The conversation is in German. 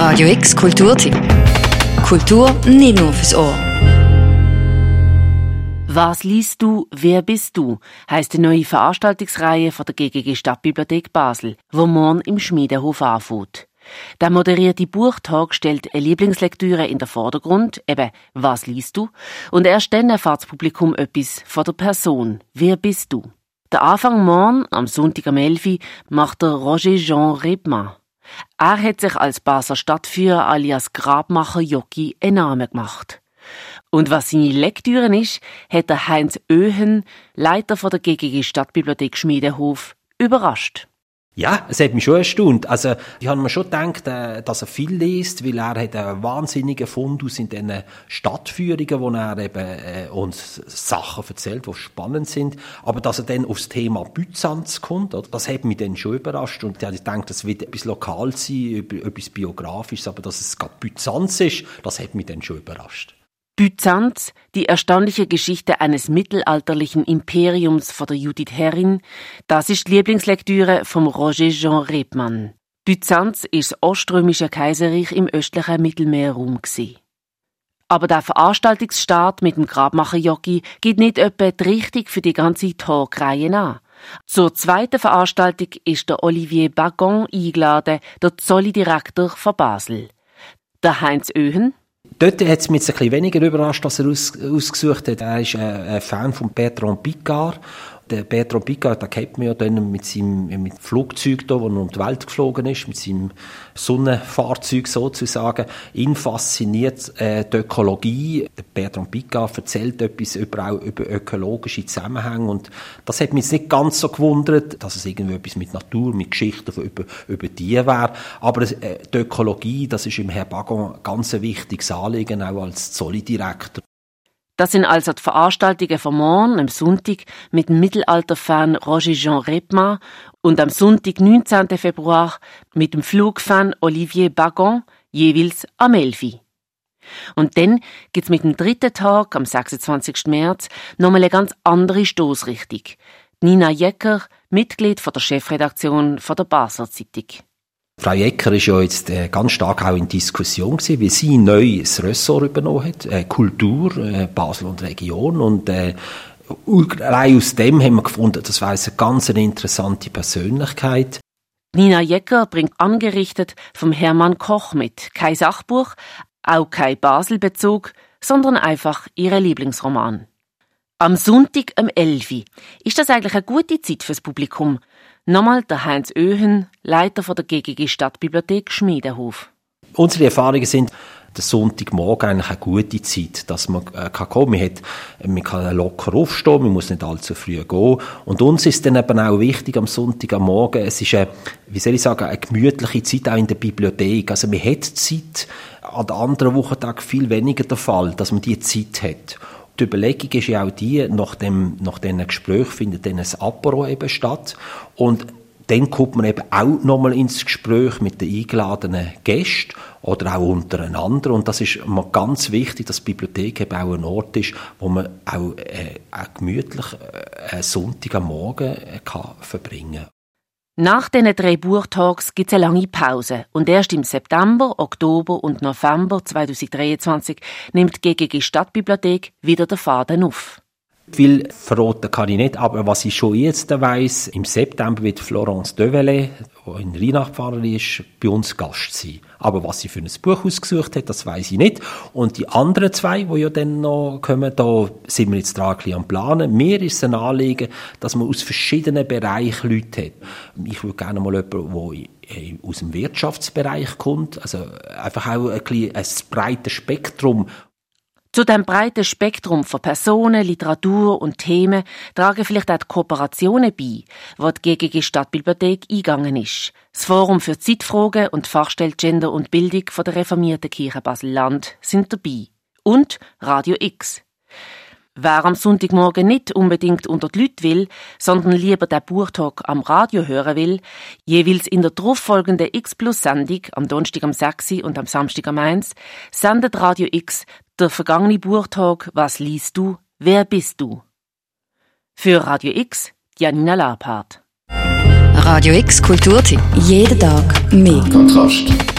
Radio X Kulturtipp. Kultur nicht nur fürs Ohr. «Was liest du, wer bist du?» heisst die neue Veranstaltungsreihe von der GGG Stadtbibliothek Basel, wo morgen im Schmiedehof anfängt. Der moderierte Buchtag stellt eine Lieblingslektüre in den Vordergrund, eben «Was liest du?» Und erst dann erfährt das Publikum etwas von der Person. «Wer bist du?» Der Anfang morgen, am Sonntag am 11 Uhr, macht der Roger Jean Rebmann. Er hat sich als Basler Stadtführer alias Grabmacher Jockey einen Namen gemacht. Und was seine Lektüre ist, hat der Heinz Oehen, Leiter von der GGG Stadtbibliothek Schmiedehof, überrascht. Ja, es hat mich schon erstaunt. Also, ich habe mir schon gedacht, dass er viel liest, weil er hat einen wahnsinnigen Fundus in diesen Stadtführungen, wo er eben uns Sachen erzählt, die spannend sind. Aber dass er dann aufs Thema Byzanz kommt, das hat mich dann schon überrascht. Und ich dachte, das wird etwas lokal sein, etwas Biografisches, aber dass es gerade Byzanz ist, das hat mich dann schon überrascht. Byzanz, die erstaunliche Geschichte eines mittelalterlichen Imperiums von der Judith Herrin, das ist die Lieblingslektüre vom Roger Jean Rebmann. Byzanz ist das Oströmische Kaiserreich im östlichen Mittelmeerraum gewesen. Aber der Veranstaltungsstart mit dem Grabmacher-Jockey gibt nicht etwa die Richtung für die ganze Talkreihe an. Zur zweiten Veranstaltung ist der Olivier Bagon eingeladen, der Zolli-Direktor von Basel. Der Heinz Oehen. Dort hat es mich jetzt ein bisschen weniger überrascht, dass er ausgesucht hat. Er ist ein Fan von Bertrand Piccard. Der Bertrand Piccard, der kennt man ja dann mit seinem Flugzeug da, wo er um die Welt geflogen ist, mit seinem Sonnenfahrzeug sozusagen. Ihn fasziniert die Ökologie. Der Bertrand Piccard erzählt etwas über ökologische Zusammenhänge und das hat mich jetzt nicht ganz so gewundert, dass es irgendwie etwas mit Natur, mit Geschichten über die wäre. Aber die Ökologie, das ist im Herrn Bagon ganz ein wichtiges Anliegen, auch als Zolli-Direktor. Das sind also die Veranstaltungen von morgen, am Sonntag, mit dem Mittelalter-Fan Roger Jean Rebmann und am Sonntag, 19. Februar, mit dem Flugfan Olivier Bagon, jeweils am 11 Uhr. Und dann gibt's mit dem dritten Tag, am 26. März, nochmal eine ganz andere Stossrichtung. Nina Jecker, Mitglied von der Chefredaktion von der Basler Zeitung. Frau Jecker ist ja jetzt ganz stark auch in Diskussion gewesen, weil sie neu das Ressort übernommen hat, Kultur, Basel und Region. Und allein aus dem haben wir gefunden, das wäre eine ganz interessante Persönlichkeit. Nina Jecker bringt angerichtet vom Hermann Koch mit. Kein Sachbuch, auch kein Basel-Bezug, sondern einfach ihren Lieblingsroman. Am Sonntag um 11 Uhr. Ist das eigentlich eine gute Zeit fürs Publikum? Nochmal der Heinz Oehen, Leiter von der GGG Stadtbibliothek Schmiedehof. Unsere Erfahrungen sind, der Sonntagmorgen eigentlich eine gute Zeit, dass man kommen kann. Man kann locker aufstehen, man muss nicht allzu früh gehen. Und uns ist dann eben auch wichtig am Sonntag am Morgen, es ist eine gemütliche Zeit auch in der Bibliothek. Also man hat Zeit, an den anderen Wochentagen viel weniger der Fall, dass man die Zeit hat. Die Überlegung ist ja auch die, nach diesen Gesprächen findet dann ein Apéro eben statt. Und dann kommt man eben auch nochmal ins Gespräch mit den eingeladenen Gästen oder auch untereinander. Und das ist mir ganz wichtig, dass die Bibliothek eben auch ein Ort ist, wo man auch gemütlich einen Sonntag am Morgen verbringen kann. Nach diesen 3 Buchtags gibt es eine lange Pause. Und erst im September, Oktober und November 2023 nimmt die GGG Stadtbibliothek wieder den Faden auf. Viel verraten kann ich nicht, aber was ich schon jetzt weiss, im September wird Florence Develay, die in Rheinach-Pfarrerin ist, bei uns Gast sein. Aber was sie für ein Buch ausgesucht hat, das weiss ich nicht. Und die anderen 2, die ja dann noch kommen, da sind wir jetzt dran ein bisschen am Planen. Mir ist es ein Anliegen, dass man aus verschiedenen Bereichen Leute hat. Ich würde gerne mal jemanden, der aus dem Wirtschaftsbereich kommt, also einfach auch ein breites Spektrum. Zu diesem breiten Spektrum von Personen, Literatur und Themen tragen vielleicht auch die Kooperationen bei, wo die GGG Stadtbibliothek eingegangen ist. Das Forum für Zeitfragen und die Fachstelle Gender und Bildung von der reformierten Kirche Basel-Land sind dabei. Und Radio X. Wer am Sonntagmorgen nicht unbedingt unter die Leute will, sondern lieber den Buchtag am Radio hören will, jeweils in der darauffolgenden X-Plus-Sendung am Donnerstag am 6 und am Samstag am 1, sendet Radio X der vergangene Buchtag «Was liest du? Wer bist du?» Für Radio X, Janina Labhardt. Radio X Kulturtipp. Jeden Tag mehr. Kontrast.